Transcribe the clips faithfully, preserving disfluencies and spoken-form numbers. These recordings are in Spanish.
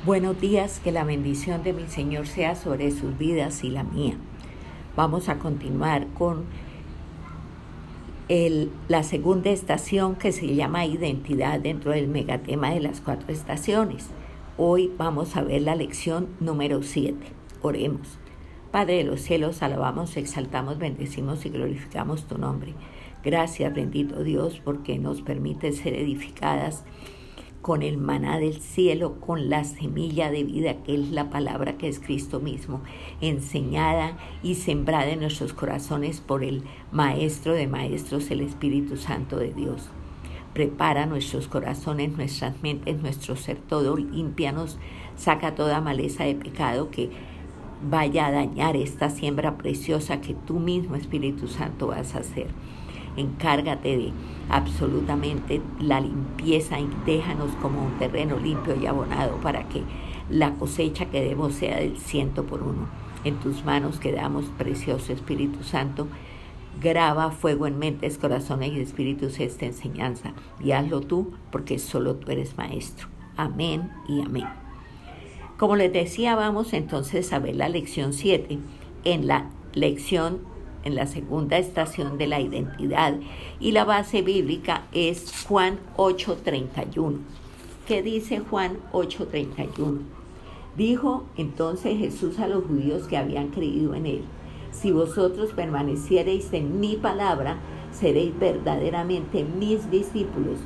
Buenos días, que la bendición de mi Señor sea sobre sus vidas y la mía. Vamos a continuar con el, la segunda estación, que se llama identidad, dentro del megatema de las cuatro estaciones. Hoy vamos a ver la lección número siete. Oremos. Padre de los cielos, alabamos, exaltamos, bendecimos y glorificamos tu nombre. Gracias, bendito Dios, porque nos permite ser edificadas con el maná del cielo, con la semilla de vida que es la palabra, que es Cristo mismo, enseñada y sembrada en nuestros corazones por el Maestro de Maestros, el Espíritu Santo de Dios. Prepara nuestros corazones, nuestras mentes, nuestro ser todo, límpianos, saca toda maleza de pecado que vaya a dañar esta siembra preciosa que tú mismo, Espíritu Santo, vas a hacer. Encárgate de absolutamente la limpieza y déjanos como un terreno limpio y abonado para que la cosecha que demos sea del ciento por uno. En tus manos quedamos, precioso Espíritu Santo. Graba fuego en mentes, corazones y espíritus esta enseñanza y hazlo tú, porque solo tú eres maestro. Amén y amén. Como les decía, vamos entonces a ver la lección siete. En la lección en la segunda estación de la identidad, y la base bíblica es Juan ocho treinta y uno. ¿Qué dice Juan ocho treinta y uno? Dijo entonces Jesús a los judíos que habían creído en él: si vosotros permaneciereis en mi palabra, seréis verdaderamente mis discípulos.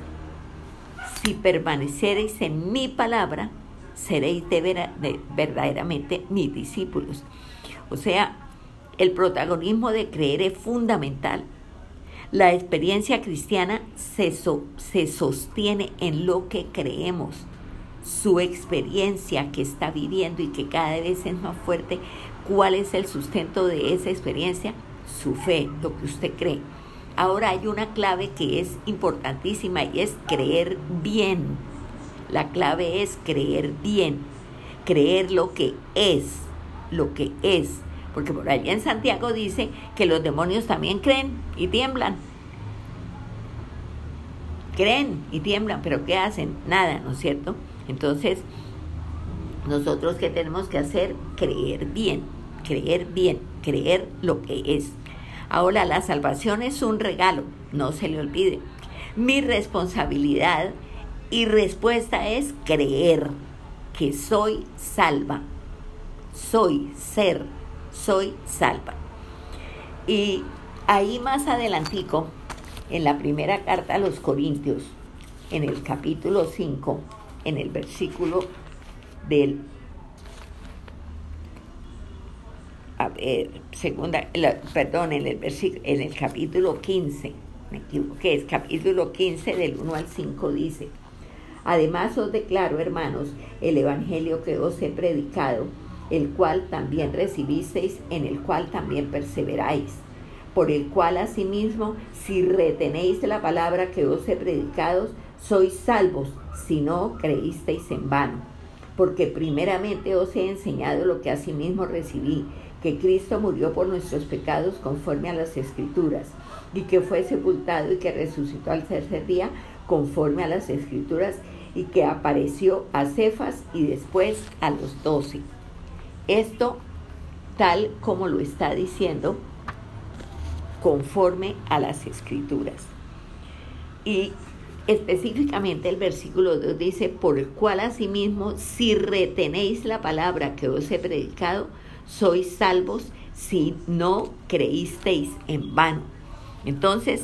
Si permaneciereis en mi palabra, seréis de vera, de, verdaderamente mis discípulos. O sea, el protagonismo de creer es fundamental. La experiencia cristiana se, so, se sostiene en lo que creemos. Su experiencia que está viviendo y que cada vez es más fuerte, ¿cuál es el sustento de esa experiencia? Su fe, lo que usted cree. Ahora hay una clave que es importantísima y es creer bien. La clave es creer bien, creer lo que es, lo que es. Porque por allá en Santiago dice que los demonios también creen y tiemblan. Creen y tiemblan, pero ¿qué hacen? Nada, ¿no es cierto? Entonces, nosotros ¿qué tenemos que hacer? Creer bien, creer bien, creer lo que es. Ahora, la salvación es un regalo, no se le olvide. Mi responsabilidad y respuesta es creer que soy salva, soy ser. Soy salva. Y ahí más adelantico, en la primera carta a los Corintios, en el capítulo cinco, en el versículo del a ver, segunda, la, perdón, en el versículo, en el capítulo quince, me equivoqué, es capítulo quince del uno al cinco, dice: además os declaro, hermanos, el evangelio que os he predicado, el cual también recibisteis, en el cual también perseveráis, por el cual asimismo, si retenéis la palabra que os he predicado, sois salvos, si no creísteis en vano. Porque primeramente os he enseñado lo que asimismo recibí, que Cristo murió por nuestros pecados conforme a las Escrituras, y que fue sepultado y que resucitó al tercer día conforme a las Escrituras, y que apareció a Cefas y después a los doce. Esto, tal como lo está diciendo, conforme a las Escrituras. Y específicamente el versículo dos dice: por el cual asimismo, si retenéis la palabra que os he predicado, sois salvos, si no creísteis en vano. Entonces,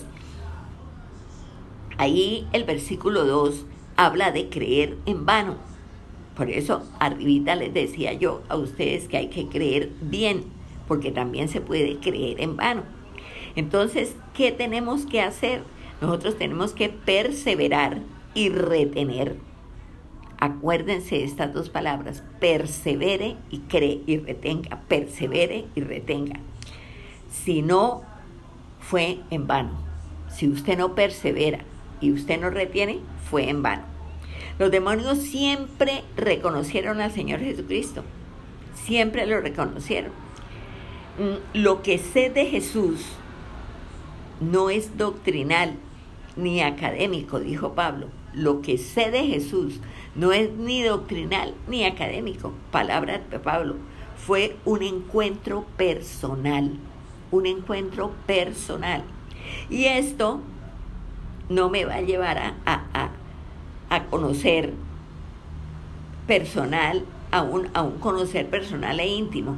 ahí el versículo dos habla de creer en vano. Por eso, arribita les decía yo a ustedes que hay que creer bien, porque también se puede creer en vano. Entonces, ¿qué tenemos que hacer? Nosotros tenemos que perseverar y retener. Acuérdense de estas dos palabras: persevere y cree y retenga. Persevere y retenga. Si no, fue en vano. Si usted no persevera y usted no retiene, fue en vano. Los demonios siempre reconocieron al Señor Jesucristo, siempre lo reconocieron. Lo que sé de Jesús no es doctrinal ni académico, dijo Pablo. lo que sé de Jesús no es ni doctrinal ni académico, palabra de Pablo, fue un encuentro personal, un encuentro personal. Y esto no me va a llevar a, a, a, a conocer personal, a un, a un conocer personal e íntimo.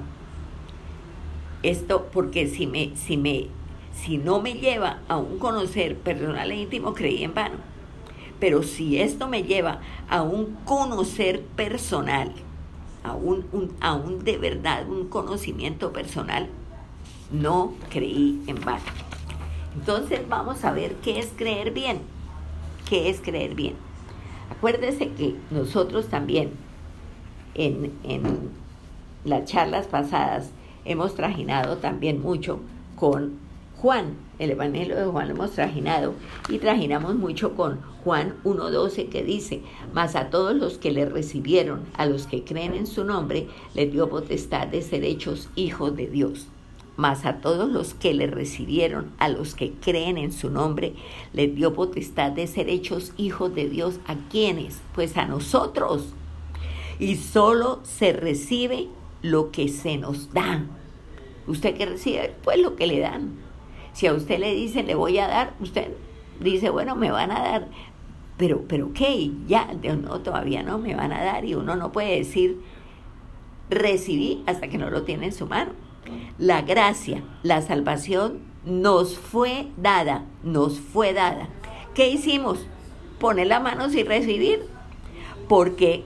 Esto porque si, me, si, me, si no me lleva a un conocer personal e íntimo, creí en vano. Pero si esto me lleva a un conocer personal, a un, un, a un de verdad, un conocimiento personal, no creí en vano. Entonces vamos a ver qué es creer bien. ¿Qué es creer bien? Acuérdese que nosotros también en, en las charlas pasadas hemos trajinado también mucho con Juan, el Evangelio de Juan lo hemos trajinado y trajinamos mucho con Juan uno doce que dice: mas a todos los que le recibieron, a los que creen en su nombre, les dio potestad de ser hechos hijos de Dios. Mas a todos los que le recibieron, a los que creen en su nombre, les dio potestad de ser hechos hijos de Dios. ¿A quiénes? Pues a nosotros. Y solo se recibe lo que se nos da. ¿Usted qué recibe? Pues lo que le dan. Si a usted le dicen, le voy a dar, usted dice, bueno, me van a dar. Pero, pero ¿qué? Ya, no, todavía no me van a dar. Y uno no puede decir, recibí hasta que no lo tiene en su mano. La gracia, la salvación nos fue dada, nos fue dada. ¿Qué hicimos? Poner las manos y recibir, porque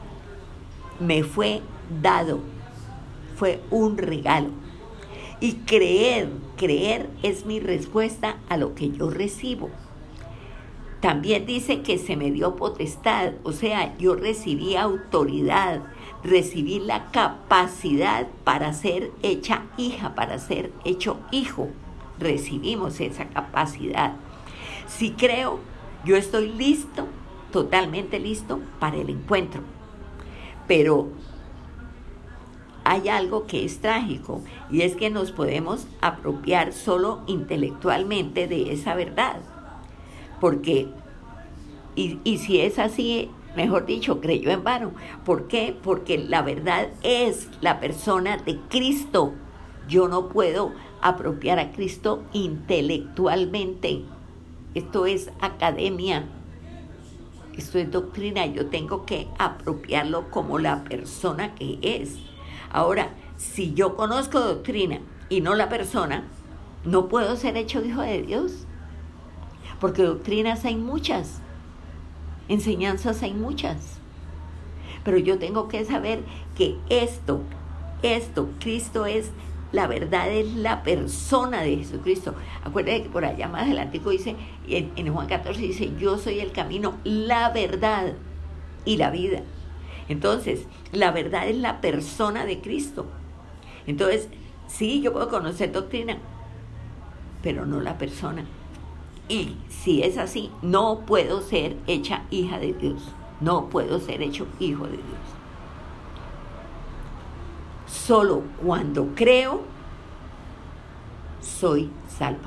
me fue dado, fue un regalo. Y creer, creer es mi respuesta a lo que yo recibo. También dice que se me dio potestad, o sea, yo recibí autoridad, recibí la capacidad para ser hecha hija, para ser hecho hijo. Recibimos esa capacidad. Si creo, yo estoy listo, totalmente listo para el encuentro. Pero hay algo que es trágico, y es que nos podemos apropiar solo intelectualmente de esa verdad. Porque, y, y si es así, mejor dicho, creyó en vano. ¿Por qué? Porque la verdad es la persona de Cristo. Yo no puedo apropiar a Cristo intelectualmente. Esto es academia. Esto es doctrina. Yo tengo que apropiarlo como la persona que es. Ahora, si yo conozco doctrina y no la persona, no puedo ser hecho hijo de Dios. Porque doctrinas hay muchas. Enseñanzas hay muchas, pero yo tengo que saber que esto, esto, Cristo es, la verdad es la persona de Jesucristo. Acuérdense que por allá más adelante dice, en, en Juan catorce dice, yo soy el camino, la verdad y la vida. Entonces, la verdad es la persona de Cristo. Entonces, sí, yo puedo conocer doctrina, pero no la persona. Y si es así, no puedo ser hecha hija de Dios. No puedo ser hecho hijo de Dios. Solo cuando creo, soy salva.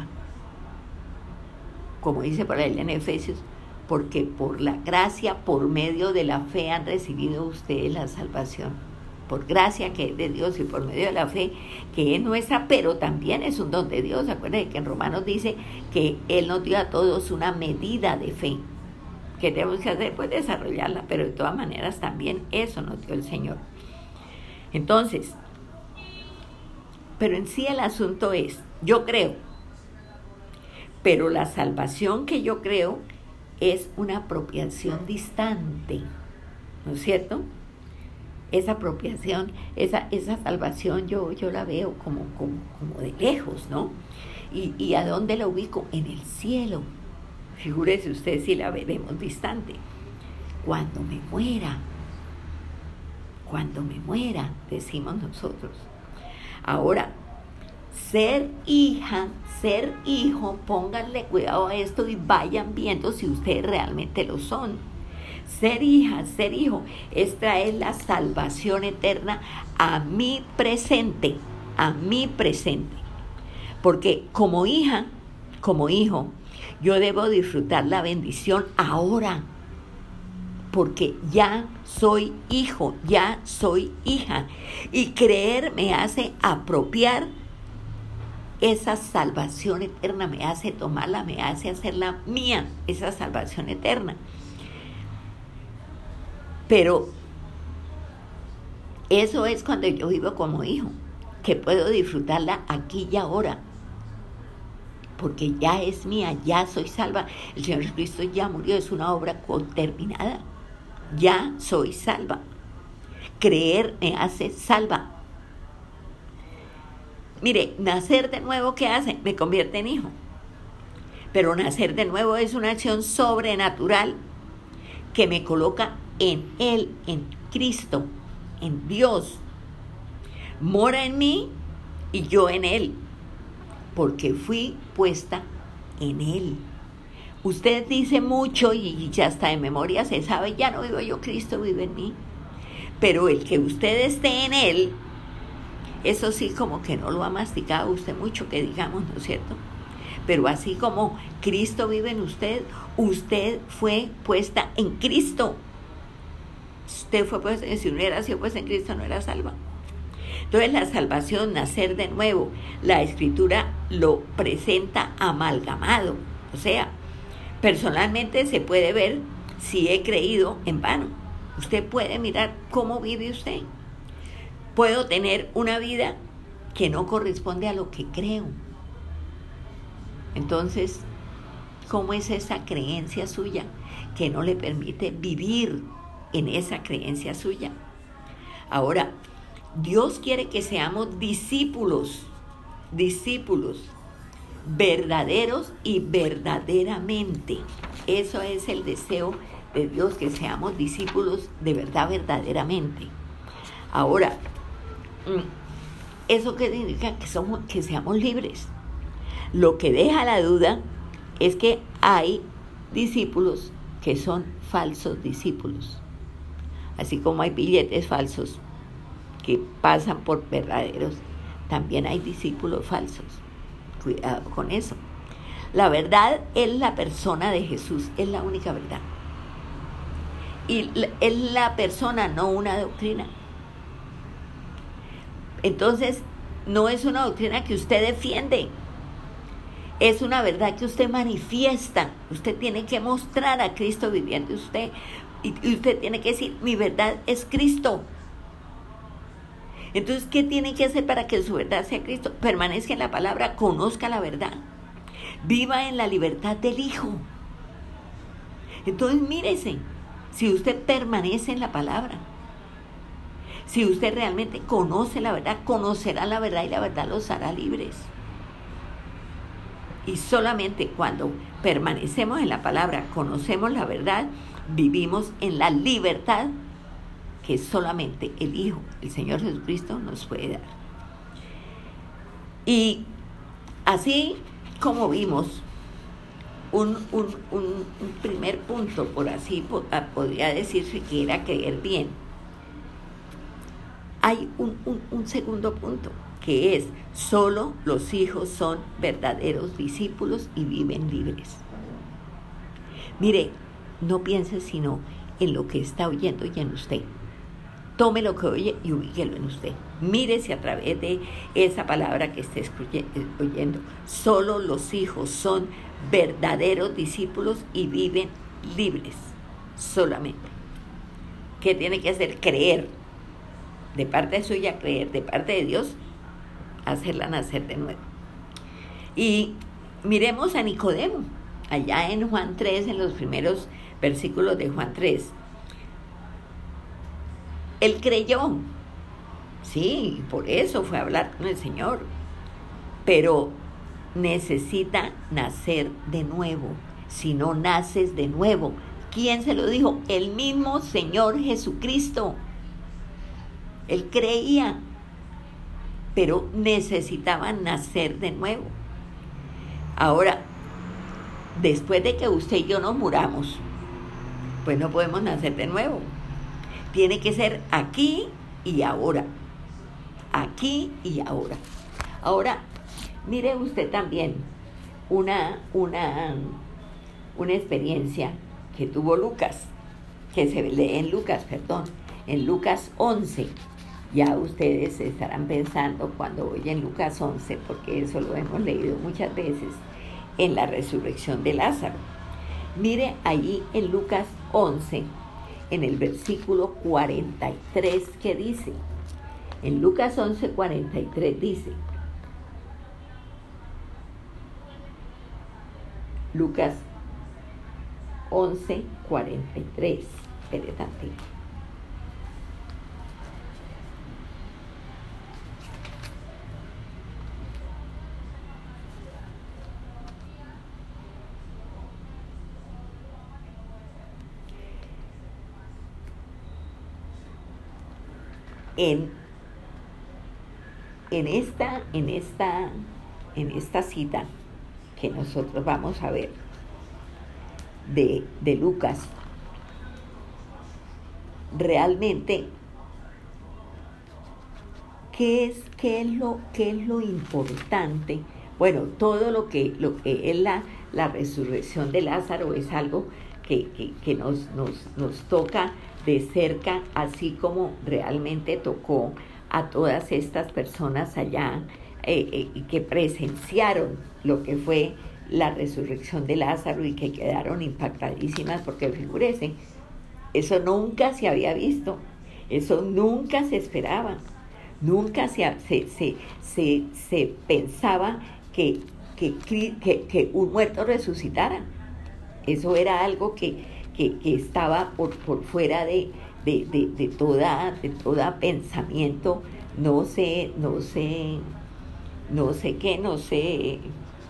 Como dice por ahí en Efesios, porque por la gracia, por medio de la fe han recibido ustedes la salvación. Por gracia que es de Dios y por medio de la fe que es nuestra, pero también es un don de Dios. Acuérdense que en Romanos dice que Él nos dio a todos una medida de fe. ¿Qué tenemos que hacer? Pues desarrollarla, pero de todas maneras también eso nos dio el Señor. Entonces, pero en sí el asunto es, yo creo, pero la salvación que yo creo es una apropiación distante, ¿no es cierto? Esa apropiación, esa, esa salvación yo, yo la veo como, como, como de lejos, ¿no? ¿Y, y a dónde la ubico? En el cielo. Figúrese usted si la veremos distante. Cuando me muera, cuando me muera, decimos nosotros. Ahora, ser hija, ser hijo, pónganle cuidado a esto y vayan viendo si ustedes realmente lo son. Ser hija, ser hijo, es traer la salvación eterna a mi presente, a mi presente. Porque como hija, como hijo, yo debo disfrutar la bendición ahora, porque ya soy hijo, ya soy hija. Y creer me hace apropiar esa salvación eterna, me hace tomarla, me hace hacerla mía, esa salvación eterna. Pero eso es cuando yo vivo como hijo, que puedo disfrutarla aquí y ahora, porque ya es mía, ya soy salva. El Señor Jesucristo ya murió, es una obra terminada. Ya soy salva. Creer me hace salva. Mire, nacer de nuevo, ¿qué hace? Me convierte en hijo. Pero nacer de nuevo es una acción sobrenatural que me coloca en Él, en Cristo, en Dios. Mora en mí y yo en Él, porque fui puesta en Él. Usted dice mucho y ya está de memoria, se sabe, ya no vivo yo, Cristo vive en mí. Pero el que usted esté en Él, eso sí como que no lo ha masticado usted mucho, que digamos, ¿no es cierto? Pero así como Cristo vive en usted, usted fue puesta en Cristo. Usted fue puesta, si no hubiera sido puesta en Cristo, no era salva. Entonces la salvación, nacer de nuevo, la Escritura lo presenta amalgamado. O sea, personalmente se puede ver si he creído en vano. Usted puede mirar cómo vive usted. Puedo tener una vida que no corresponde a lo que creo. Entonces, ¿cómo es esa creencia suya que no le permite vivir en esa creencia suya? Ahora, Dios quiere que seamos discípulos, discípulos, verdaderos y verdaderamente. Eso es el deseo de Dios, que seamos discípulos de verdad, verdaderamente. Ahora, ¿eso qué significa? Que, somos, que seamos libres. Lo que deja la duda es que hay discípulos que son falsos discípulos. Así como hay billetes falsos que pasan por verdaderos, también hay discípulos falsos. Cuidado con eso. La verdad es la persona de Jesús, es la única verdad. Y es la persona, no una doctrina. Entonces, no es una doctrina que usted defiende, es una verdad que usted manifiesta. Usted tiene que mostrar a Cristo viviendo en usted, y usted tiene que decir, mi verdad es Cristo. Entonces, ¿qué tiene que hacer para que su verdad sea Cristo? Permanezca en la palabra, conozca la verdad, viva en la libertad del Hijo. Entonces, mírese, si usted permanece en la palabra, si usted realmente conoce la verdad, conocerá la verdad y la verdad los hará libres. Y solamente cuando permanecemos en la palabra, conocemos la verdad, vivimos en la libertad que solamente el Hijo, el Señor Jesucristo, nos puede dar. Y así como vimos un, un, un, un primer punto, por así podría decirse, que era creer bien, hay un, un, un segundo punto, que es, solo los hijos son verdaderos discípulos y viven libres. Mire, no piense sino en lo que está oyendo y en usted. Tome lo que oye y ubíquelo en usted. Mírese a través de esa palabra que esté oyendo. Solo los hijos son verdaderos discípulos y viven libres. Solamente. ¿Qué tiene que hacer? Creer. De parte suya, creer. De parte de Dios, hacerla nacer de nuevo. Y miremos a Nicodemo. Allá en Juan tres, en los primeros versículos de Juan tres. Él creyó, sí, por eso fue a hablar con el Señor, pero necesita nacer de nuevo. Si no naces de nuevo, ¿quién se lo dijo? El mismo Señor Jesucristo. Él creía, pero necesitaba nacer de nuevo. Ahora, después de que usted y yo nos muramos, pues no podemos nacer de nuevo. Tiene que ser aquí y ahora. Aquí y ahora. Ahora, mire usted también una, una, una experiencia que tuvo Lucas. que se lee en Lucas, perdón, en Lucas once. Ya ustedes estarán pensando cuando oyen Lucas once, porque eso lo hemos leído muchas veces, en la resurrección de Lázaro. Mire allí en Lucas once, en el versículo cuarenta y tres, que dice, en Lucas once, cuarenta y tres dice, Lucas once, cuarenta y tres, espere tantito. En, en, esta, en, esta, en esta cita que nosotros vamos a ver de, de Lucas, realmente, ¿qué es, qué es, lo, qué es lo importante? Bueno, todo lo que, lo que es la, la resurrección de Lázaro es algo que, que, que nos, nos, nos toca de cerca, así como realmente tocó a todas estas personas allá eh, eh, que presenciaron lo que fue la resurrección de Lázaro y que quedaron impactadísimas, porque figúrense, eso nunca se había visto, eso nunca se esperaba, nunca se, se, se, se, se pensaba que, que, que, que un muerto resucitara. Eso era algo que Que, que estaba por, por fuera de, de, de, de, toda, de toda pensamiento, no sé, no sé, no sé qué, no sé,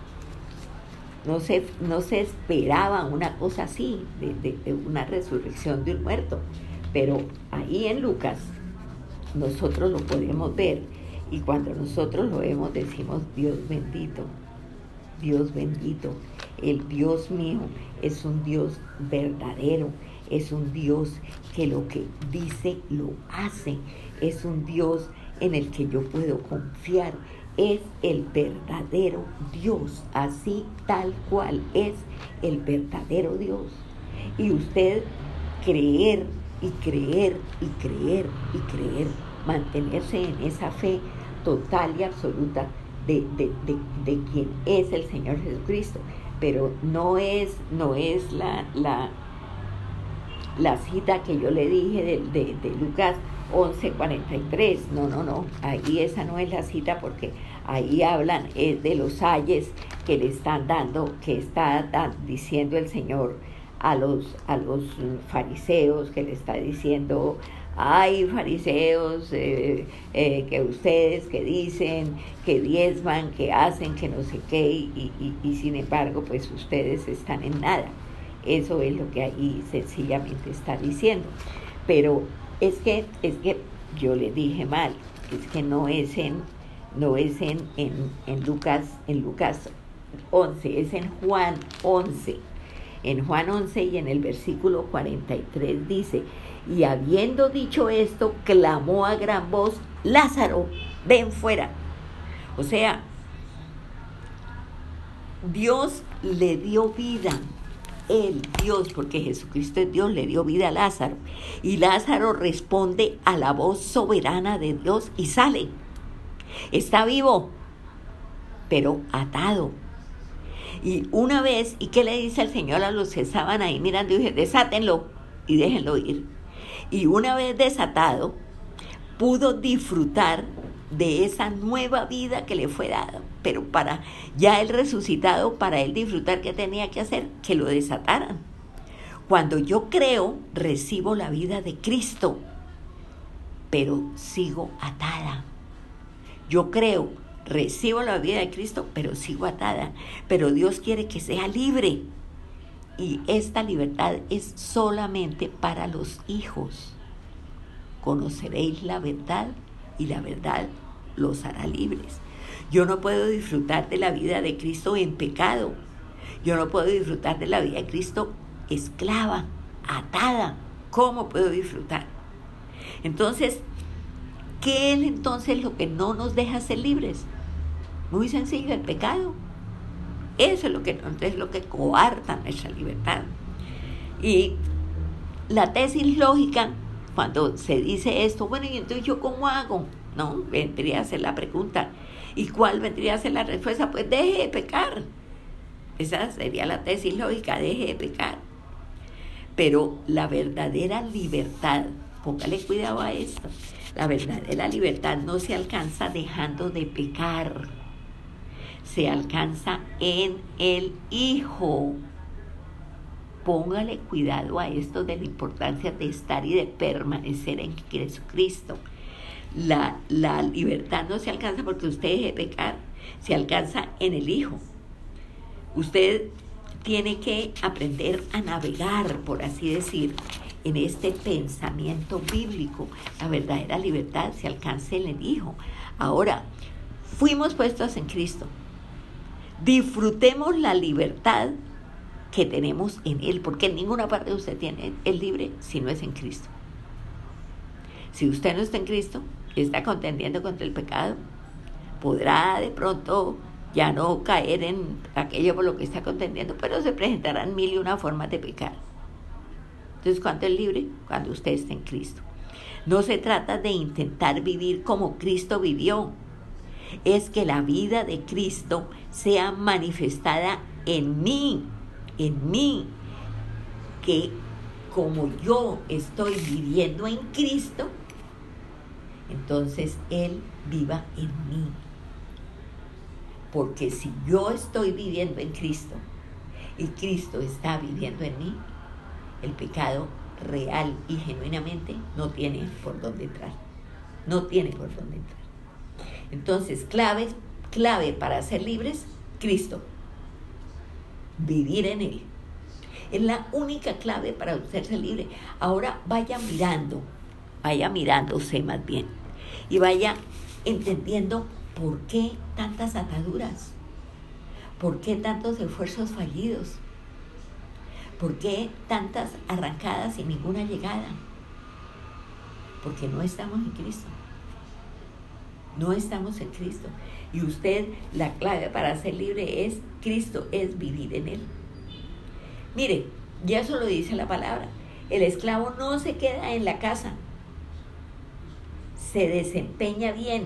no sé, no se esperaba una cosa así, de, de, de una resurrección de un muerto, pero ahí en Lucas nosotros lo podemos ver, y cuando nosotros lo vemos decimos, Dios bendito, Dios bendito, el Dios mío es un Dios verdadero, es un Dios que lo que dice lo hace, es un Dios en el que yo puedo confiar, es el verdadero Dios, así tal cual es el verdadero Dios. Y usted creer y creer y creer y creer, mantenerse en esa fe total y absoluta de, de, de, de quien es el Señor Jesucristo. Pero no es, no es la, la, la cita que yo le dije de, de, de Lucas once, cuarenta y tres, no, no, no, ahí esa no es la cita, porque ahí hablan es de los ayes que le están dando, que está da, diciendo el Señor a los, a los fariseos, que le está diciendo, ay fariseos, eh, eh, que ustedes que dicen, que diezman, que hacen, que no sé qué, y, y, y sin embargo, pues ustedes están en nada. Eso es lo que ahí sencillamente está diciendo. Pero es que, es que yo le dije mal, es que no es en, no es en, en, en Lucas, en Lucas once, es en Juan once. En Juan once y en el versículo cuarenta y tres dice, y habiendo dicho esto, clamó a gran voz, Lázaro, ven fuera. O sea, Dios le dio vida, Él, Dios, porque Jesucristo es Dios, le dio vida a Lázaro. Y Lázaro responde a la voz soberana de Dios y sale. Está vivo, pero atado. Y una vez, ¿y qué le dice el Señor a los que estaban ahí mirando? Y dice, desátenlo y déjenlo ir. Y una vez desatado, pudo disfrutar de esa nueva vida que le fue dada. Pero para ya él resucitado, para él disfrutar, ¿qué tenía que hacer? Que lo desataran. Cuando yo creo, recibo la vida de Cristo, pero sigo atada. Yo creo, recibo la vida de Cristo, pero sigo atada. Pero Dios quiere que sea libre. Y esta libertad es solamente para los hijos. Conoceréis la verdad y la verdad los hará libres. Yo no puedo disfrutar de la vida de Cristo en pecado. Yo no puedo disfrutar de la vida de Cristo esclava, atada. ¿Cómo puedo disfrutar? Entonces, ¿qué es entonces lo que no nos deja ser libres? Muy sencillo, el pecado. Eso es lo que, es lo que coarta nuestra libertad. Y la tesis lógica, cuando se dice esto, bueno, ¿y entonces yo cómo hago? No, vendría a ser la pregunta. ¿Y cuál vendría a ser la respuesta? Pues deje de pecar. Esa sería la tesis lógica, deje de pecar. Pero la verdadera libertad, póngale cuidado a esto, la verdadera libertad no se alcanza dejando de pecar, se alcanza en el Hijo. Póngale cuidado a esto de la importancia de estar y de permanecer en Jesucristo. La, la libertad no se alcanza porque usted deje de pecar, se alcanza en el Hijo. Usted tiene que aprender a navegar, por así decir, en este pensamiento bíblico. La verdadera libertad se alcanza en el Hijo. Ahora, fuimos puestos en Cristo. Disfrutemos la libertad que tenemos en Él, porque en ninguna parte usted tiene el libre si no es en Cristo. Si usted no está en Cristo, está contendiendo contra el pecado, podrá de pronto ya no caer en aquello por lo que está contendiendo, pero se presentarán mil y una formas de pecar. Entonces, ¿cuándo es libre? Cuando usted está en Cristo. No se trata de intentar vivir como Cristo vivió, es que la vida de Cristo sea manifestada en mí, en mí, que como yo estoy viviendo en Cristo, entonces Él viva en mí. Porque si yo estoy viviendo en Cristo y Cristo está viviendo en mí, el pecado real y genuinamente no tiene por dónde entrar. No tiene por dónde entrar. Entonces, clave, clave para ser libres, Cristo. Vivir en Él. Es la única clave para usted ser libre. Ahora vaya mirando, vaya mirándose más bien, y vaya entendiendo por qué tantas ataduras, por qué tantos esfuerzos fallidos, por qué tantas arrancadas y ninguna llegada. Porque no estamos en Cristo. No estamos en Cristo. Y usted, la clave para ser libre es Cristo, es vivir en Él. Mire, ya eso lo dice la palabra. El esclavo no se queda en la casa. Se desempeña bien.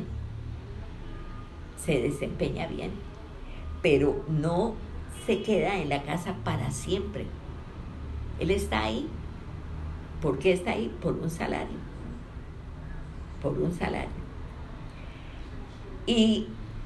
Se desempeña bien. Pero no se queda en la casa para siempre. Él está ahí. ¿Por qué está ahí? Por un salario. Por un salario. Y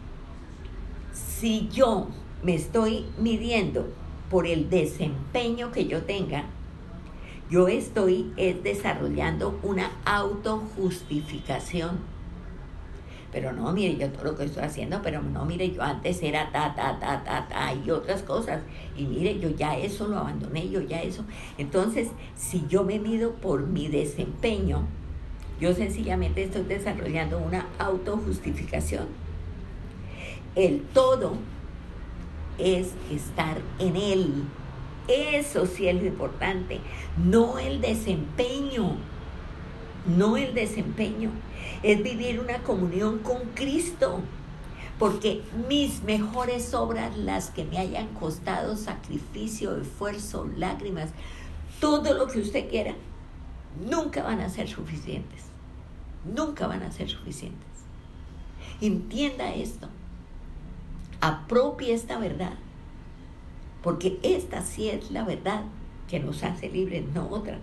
si yo me estoy midiendo por el desempeño que yo tenga, yo estoy es desarrollando una autojustificación. Pero no, mire, yo todo lo que estoy haciendo, pero no, mire, yo antes era ta, ta, ta, ta, ta, y otras cosas. Y mire, yo ya eso lo abandoné, yo ya eso. Entonces, si yo me mido por mi desempeño, yo sencillamente estoy desarrollando una autojustificación. El todo es estar en Él. Eso sí es lo importante. No el desempeño. No el desempeño. Es vivir una comunión con Cristo. Porque mis mejores obras, las que me hayan costado sacrificio, esfuerzo, lágrimas, todo lo que usted quiera, nunca van a ser suficientes. Nunca van a ser suficientes. Entienda esto. Apropie esta verdad. Porque esta sí es la verdad que nos hace libres, no otra.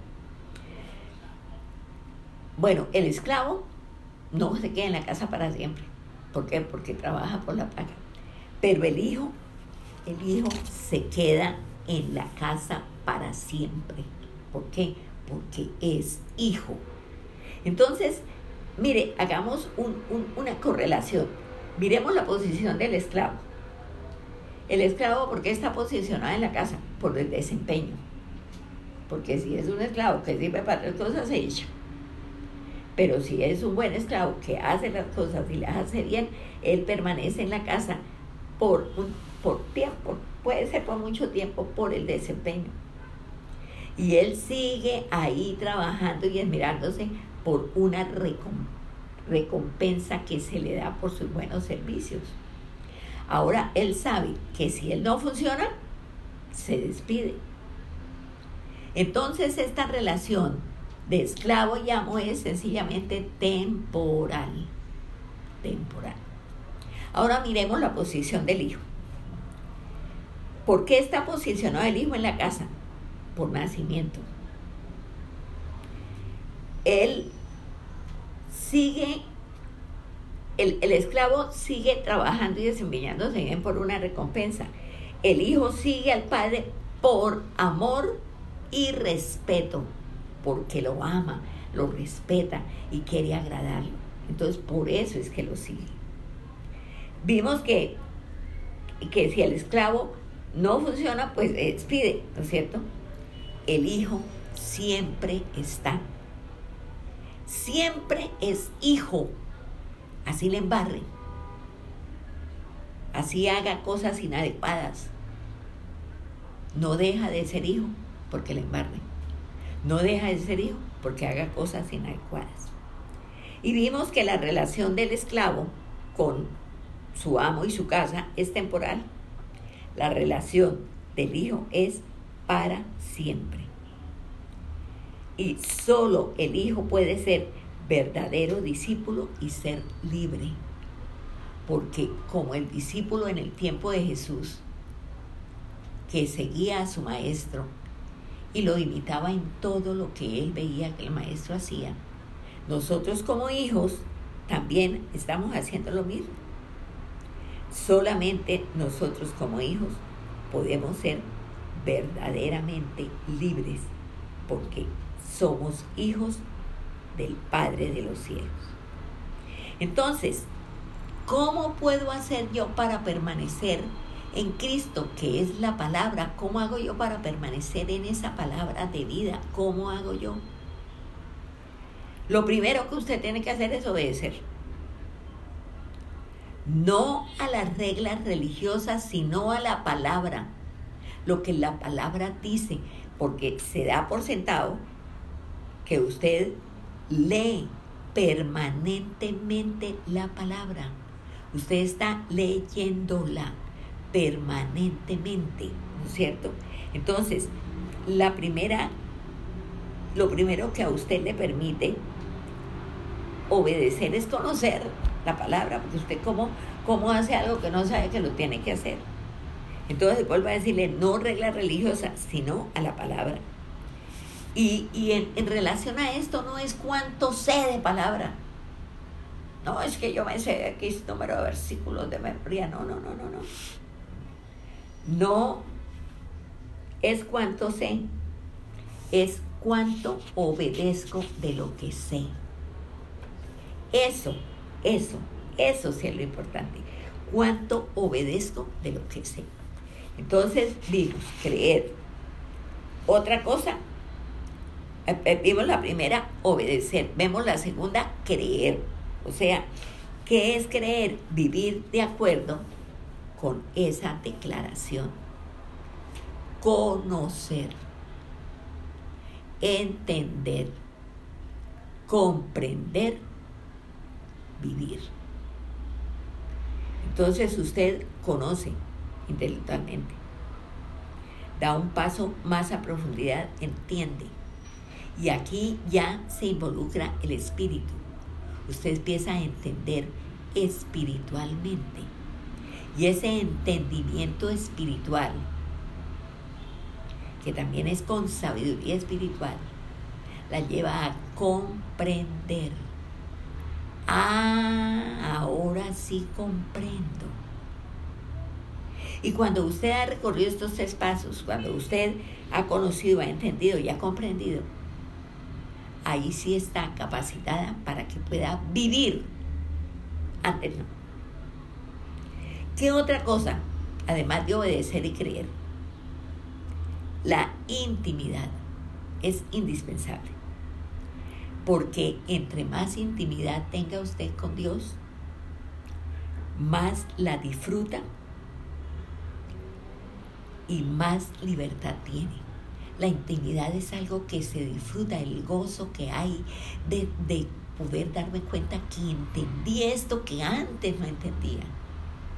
Bueno, el esclavo no se queda en la casa para siempre. ¿Por qué? Porque trabaja por la paga. Pero el hijo, el hijo se queda en la casa para siempre. ¿Por qué? Porque es hijo. Entonces, mire, hagamos un, un, una correlación. Miremos la posición del esclavo. El esclavo, ¿por qué está posicionado en la casa? Por el desempeño. Porque si es un esclavo que sirve para otras cosas, se echa. Pero si es un buen esclavo que hace las cosas y las hace bien, él permanece en la casa por, un, por tiempo, puede ser por mucho tiempo, por el desempeño. Y él sigue ahí trabajando y esmerándose por una recompensa que se le da por sus buenos servicios. Ahora él sabe que si él no funciona, se despide. Entonces esta relación de esclavo y amo es sencillamente temporal. Temporal. Ahora miremos la posición del hijo. ¿Por qué está posicionado el hijo en la casa? Por nacimiento. Él sigue, el, el esclavo sigue trabajando y desempeñándose bien por una recompensa. El hijo sigue al padre por amor y respeto, porque lo ama, lo respeta y quiere agradarlo. Entonces, por eso es que lo sigue. Vimos que, que si el esclavo no funciona, pues despide, ¿no es cierto? El hijo siempre está. Siempre es hijo. Así le embarre. Así haga cosas inadecuadas. No deja de ser hijo porque le embarre. No deja de ser hijo porque haga cosas inadecuadas. Y vimos que la relación del esclavo con su amo y su casa es temporal. La relación del hijo es para siempre. Y solo el hijo puede ser verdadero discípulo y ser libre. Porque como el discípulo en el tiempo de Jesús, que seguía a su maestro y lo imitaba en todo lo que él veía que el maestro hacía, nosotros como hijos también estamos haciendo lo mismo. Solamente nosotros como hijos podemos ser verdaderamente libres porque somos hijos del Padre de los cielos. Entonces, ¿cómo puedo hacer yo para permanecer en Cristo, que es la palabra? ¿Cómo hago yo para permanecer en esa palabra de vida? ¿Cómo hago yo? Lo primero que usted tiene que hacer es obedecer. No a las reglas religiosas, sino a la palabra. Lo que la palabra dice, porque se da por sentado que usted lee permanentemente la palabra. Usted está leyéndola permanentemente, ¿no es cierto? Entonces, la primera, lo primero que a usted le permite obedecer es conocer la palabra, porque usted cómo, cómo hace algo que no sabe que lo tiene que hacer. Entonces vuelvo a decirle, no reglas religiosas, sino a la palabra. Y, y en, en relación a esto no es cuánto sé de palabra. No, es que yo me sé X número de versículos de memoria. No, no, no, no, no. No es cuánto sé, es cuánto obedezco de lo que sé. Eso, eso, eso sí es lo importante. Cuánto obedezco de lo que sé. Entonces, vimos creer. Otra cosa, vimos la primera, obedecer. Vemos la segunda, creer. O sea, ¿qué es creer? Vivir de acuerdo con esa declaración. Conocer, entender, comprender, vivir. Entonces usted conoce intelectualmente, da un paso más a profundidad, entiende. Y aquí ya se involucra el espíritu. Usted empieza a entender espiritualmente. Y ese entendimiento espiritual, que también es con sabiduría espiritual, la lleva a comprender. Ah, ahora sí comprendo. Y cuando usted ha recorrido estos tres pasos, cuando usted ha conocido, ha entendido y ha comprendido, ahí sí está capacitada para que pueda vivir. Antes no. ¿Qué otra cosa? Además de obedecer y creer, la intimidad es indispensable. Porque entre más intimidad tenga usted con Dios, más la disfruta y más libertad tiene. La intimidad es algo que se disfruta, el gozo que hay de, de poder darme cuenta que entendí esto que antes no entendía.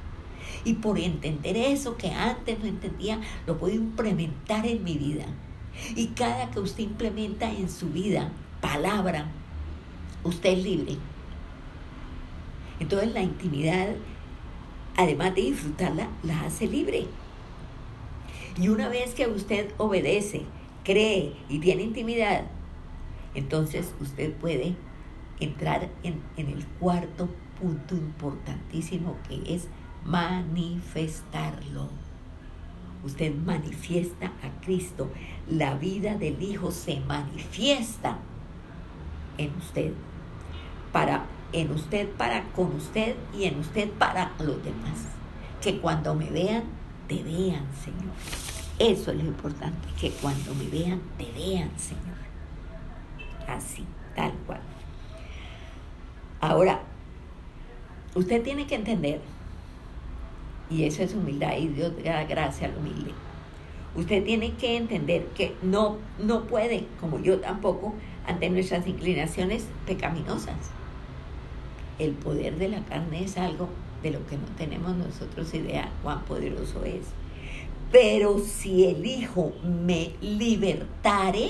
Y por entender eso que antes no entendía, lo puedo implementar en mi vida. Y cada que usted implementa en su vida palabra, usted es libre. Entonces la intimidad, además de disfrutarla, la hace libre. Y una vez que usted obedece, cree y tiene intimidad, entonces usted puede entrar en, en el cuarto punto importantísimo, que es manifestarlo. Usted manifiesta a Cristo. La vida del Hijo se manifiesta en usted. Para, en usted para con usted y en usted para los demás. Que cuando me vean, te vean, Señor. Eso es lo importante, que cuando me vean, te vean, Señor. Así, tal cual. Ahora, usted tiene que entender, y eso es humildad, y Dios da gracia al humilde. Usted tiene que entender que no, no puede, como yo tampoco, ante nuestras inclinaciones pecaminosas. El poder de la carne es algo de lo que no tenemos nosotros idea cuán poderoso es. Pero si el Hijo me libertare,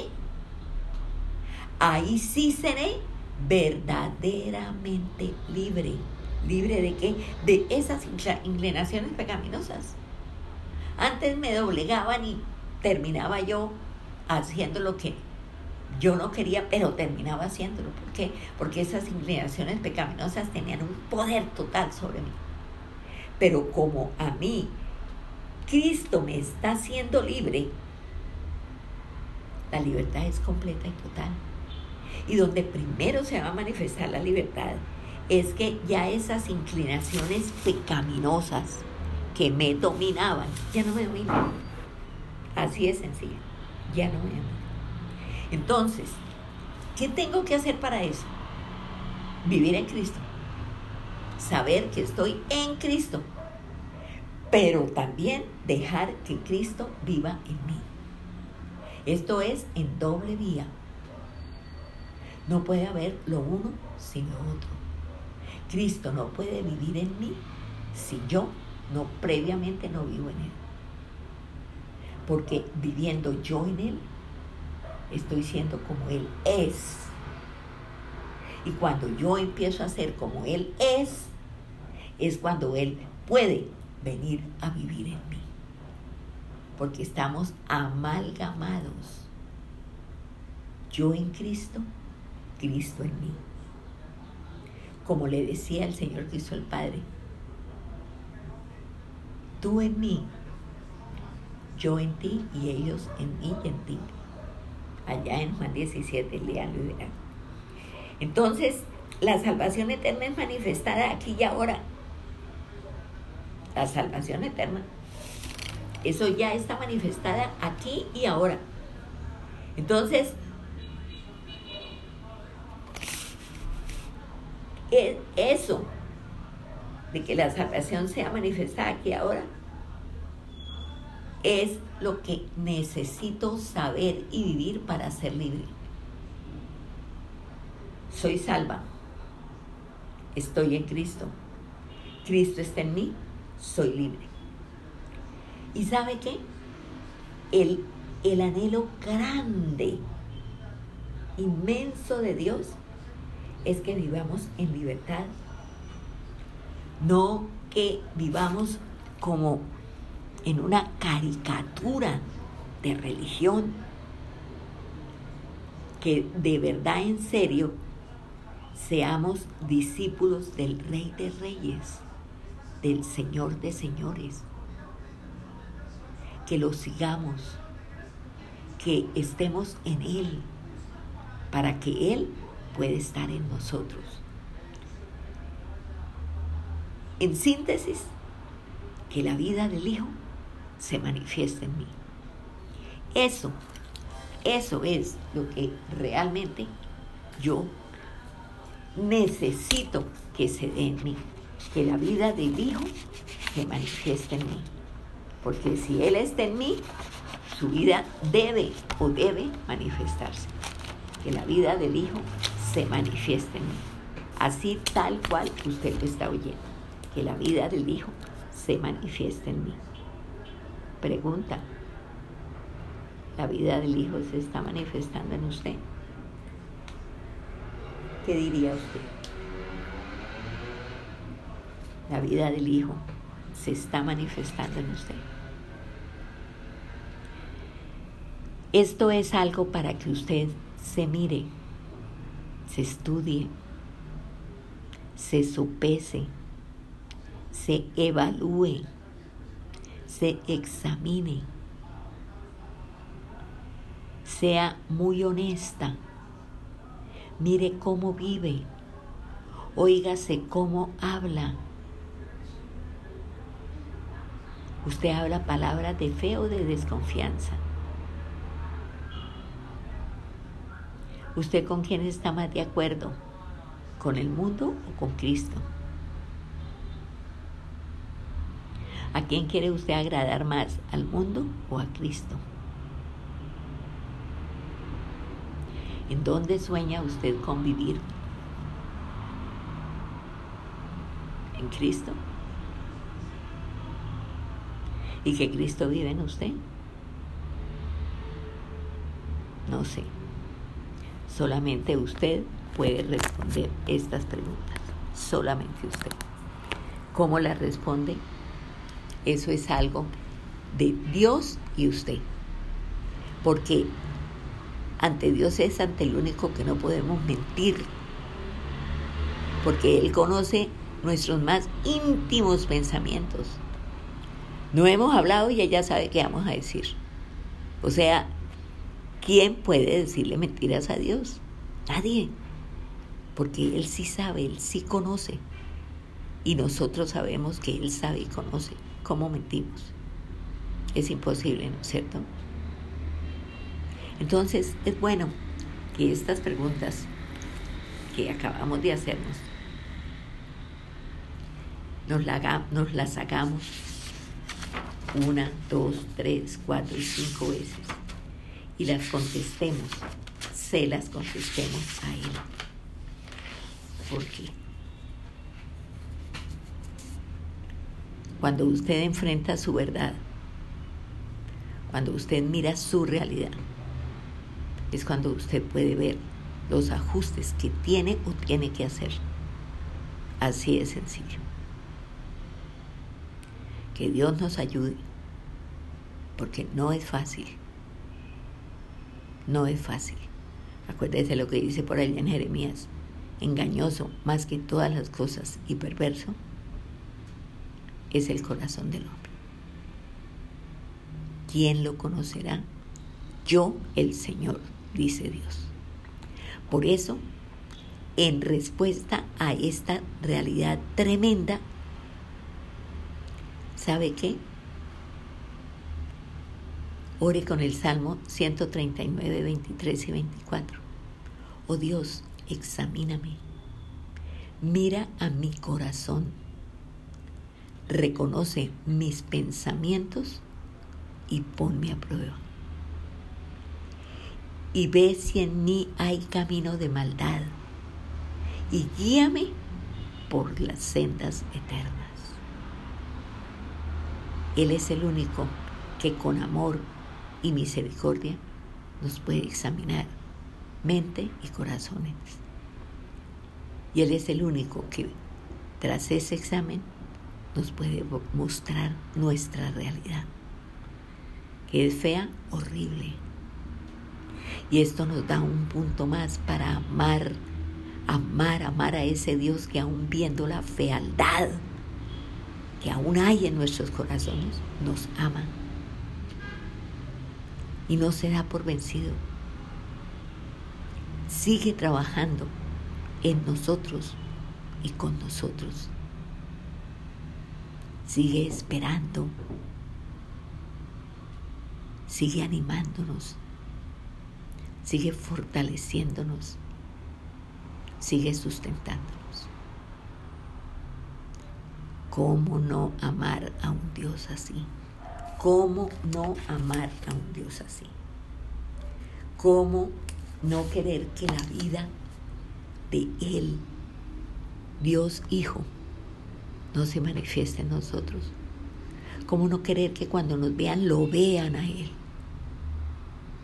ahí sí seré verdaderamente libre. ¿Libre de qué? De esas inclinaciones pecaminosas. Antes me doblegaban y terminaba yo haciendo lo que yo no quería, pero terminaba haciéndolo. ¿Por qué? Porque esas inclinaciones pecaminosas tenían un poder total sobre mí. Pero como a mí Cristo me está haciendo libre, la libertad es completa y total. Y donde primero se va a manifestar la libertad es que ya esas inclinaciones pecaminosas que me dominaban, ya no me dominan. Así es sencillo, ya no me dominan. Entonces, ¿qué tengo que hacer para eso? Vivir en Cristo. Saber que estoy en Cristo. Pero también dejar que Cristo viva en mí. Esto es en doble vía. No puede haber lo uno sin lo otro. Cristo no puede vivir en mí si yo no previamente no vivo en Él. Porque viviendo yo en Él, estoy siendo como Él es. Y cuando yo empiezo a ser como Él es, es cuando Él puede venir a vivir en mí. Porque estamos amalgamados. Yo en Cristo, Cristo en mí. Como le decía el Señor Cristo el Padre, tú en mí, yo en ti y ellos en mí y en ti. Allá en Juan diecisiete, léalo y verán. Entonces, la salvación eterna es manifestada aquí y ahora. La salvación eterna, eso ya está manifestada aquí y ahora. Entonces, eso de que la salvación sea manifestada aquí y ahora es lo que necesito saber y vivir para ser libre. Soy salva, estoy en Cristo, Cristo está en mí, soy libre. ¿Y sabe qué? El, el anhelo grande, inmenso de Dios es que vivamos en libertad, no que vivamos como en una caricatura de religión, que de verdad, en serio, seamos discípulos del Rey de Reyes, del Señor de Señores, que lo sigamos, que estemos en Él, para que Él pueda estar en nosotros. En síntesis, que la vida del Hijo se manifiesta en mí. Eso, eso es lo que realmente yo necesito que se dé en mí, que la vida del Hijo se manifieste en mí. Porque si Él está en mí, su vida debe o debe manifestarse. Que la vida del Hijo se manifieste en mí. Así tal cual usted lo está oyendo. Que la vida del Hijo se manifieste en mí. Pregunta: la vida del Hijo se está manifestando en usted? ¿Qué diría usted? La vida del Hijo se está manifestando en usted. Esto es algo para que usted se mire, se estudie, se sopese, se evalúe, se examine, sea muy honesta, mire cómo vive, óigase cómo habla. ¿Usted habla palabras de fe o de desconfianza? ¿Usted con quién está más de acuerdo? ¿Con el mundo o con Cristo? ¿A quién quiere usted agradar más? ¿Al mundo o a Cristo? ¿En dónde sueña usted con vivir? ¿En Cristo? ¿Y que Cristo vive en usted? No sé. Solamente usted puede responder estas preguntas. Solamente usted. ¿Cómo las responde? Eso es algo de Dios y usted. Porque ante Dios es ante el único que no podemos mentir. Porque Él conoce nuestros más íntimos pensamientos. No hemos hablado y ella sabe qué vamos a decir. O sea, ¿quién puede decirle mentiras a Dios? Nadie. Porque Él sí sabe, Él sí conoce. Y nosotros sabemos que Él sabe y conoce cómo mentimos. Es imposible, ¿no es cierto? Entonces, es bueno que estas preguntas que acabamos de hacernos nos, la haga, nos las hagamos una, dos, tres, cuatro y cinco veces y las contestemos, se las contestemos a Él. ¿Por qué? Cuando usted enfrenta su verdad, cuando usted mira su realidad, es cuando usted puede ver los ajustes que tiene o tiene que hacer. Así de sencillo. Que Dios nos ayude, porque no es fácil. No es fácil. Acuérdese lo que dice por ahí en Jeremías. Engañoso más que todas las cosas y perverso es el corazón del hombre. ¿Quién lo conocerá? Yo, el Señor, dice Dios. Por eso, en respuesta a esta realidad tremenda, ¿sabe qué? Ore con el Salmo ciento treinta y nueve, veintitrés y veinticuatro. Oh Dios, examíname, mira a mi corazón, reconoce mis pensamientos y ponme a prueba. Y ve si en mí hay camino de maldad y guíame por las sendas eternas. Él es el único que con amor y misericordia nos puede examinar mente y corazones. Y Él es el único que tras ese examen nos puede mostrar nuestra realidad, que es fea, horrible. Y esto nos da un punto más para amar, amar, amar a ese Dios que aún viendo la fealdad que aún hay en nuestros corazones, nos ama y no se da por vencido. Sigue trabajando en nosotros y con nosotros. Sigue esperando, sigue animándonos, sigue fortaleciéndonos, sigue sustentándonos. ¿Cómo no amar a un Dios así? ¿Cómo no amar a un Dios así? ¿Cómo no querer que la vida de Él, Dios Hijo, no se manifieste en nosotros? ¿Cómo no querer que cuando nos vean, lo vean a Él?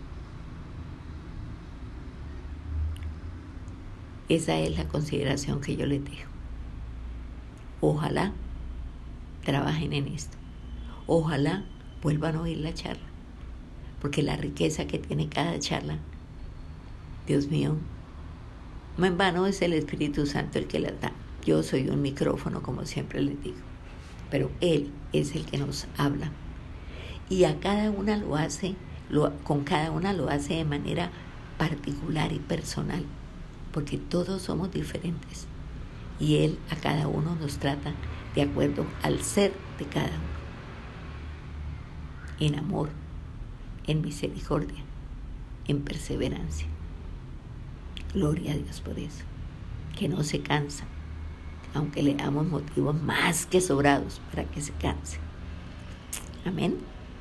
Esa es la consideración que yo les dejo. Ojalá trabajen en esto. Ojalá vuelvan a oír la charla, porque la riqueza que tiene cada charla, Dios mío, no en vano es el Espíritu Santo el que la da. Yo soy un micrófono, como siempre les digo, pero Él es el que nos habla. Y a cada una lo hace, lo, con cada una lo hace de manera particular y personal, porque todos somos diferentes. Y Él a cada uno nos trata de acuerdo al ser de cada uno. En amor, en misericordia, en perseverancia. Gloria a Dios por eso, que no se cansa, aunque le damos motivos más que sobrados para que se canse. Amén.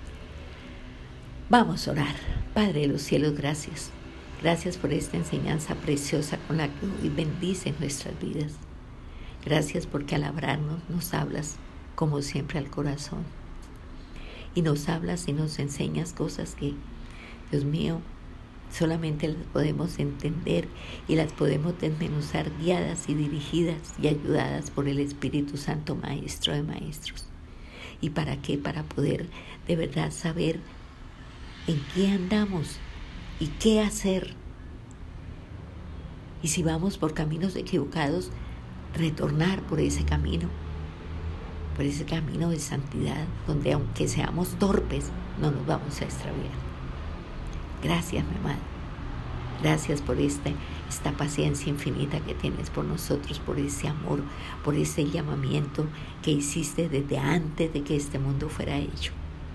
Vamos a orar. Padre de los cielos, gracias. Gracias por esta enseñanza preciosa con la que hoy bendices nuestras vidas. Gracias porque al hablarnos nos hablas como siempre al corazón. Y nos hablas y nos enseñas cosas que, Dios mío, solamente las podemos entender y las podemos desmenuzar guiadas y dirigidas y ayudadas por el Espíritu Santo, Maestro de Maestros. ¿Y para qué? Para poder de verdad saber en qué andamos y qué hacer. Y si vamos por caminos equivocados, retornar por ese camino, por ese camino de santidad, donde aunque seamos torpes, no nos vamos a extraviar. Gracias, mi amado. Gracias por esta, esta paciencia infinita que tienes por nosotros, por ese amor, por ese llamamiento que hiciste desde antes de que este mundo fuera hecho.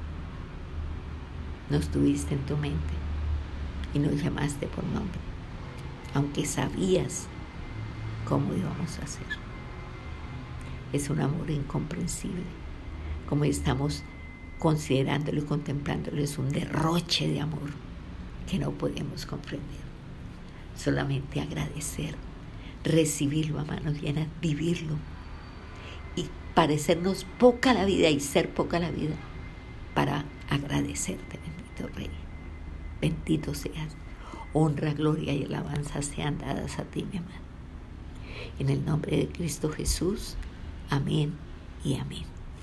Nos tuviste en tu mente y nos llamaste por nombre, aunque sabías cómo íbamos a hacer. Es un amor incomprensible, como estamos considerándolo y contemplándolo, es un derroche de amor que no podemos comprender. Solamente agradecer, recibirlo a manos llenas, vivirlo y parecernos poca la vida y ser poca la vida para agradecerte, bendito Rey. Bendito seas. Honra, gloria y alabanza sean dadas a ti, mi amado. En el nombre de Cristo Jesús, amén y amén.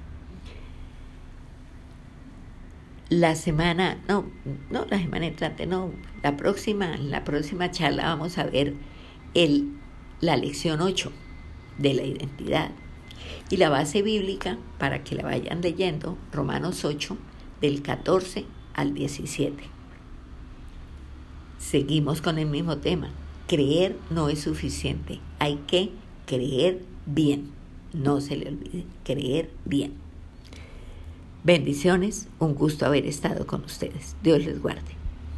La semana, no, no, la semana entrante, no, la próxima, la próxima charla vamos a ver el, la lección ocho de la identidad. Y la base bíblica, para que la vayan leyendo, Romanos ocho, del catorce al diecisiete. Seguimos con el mismo tema. Creer no es suficiente, hay que creer bien. No se le olvide, creer bien. Bendiciones, un gusto haber estado con ustedes. Dios les guarde.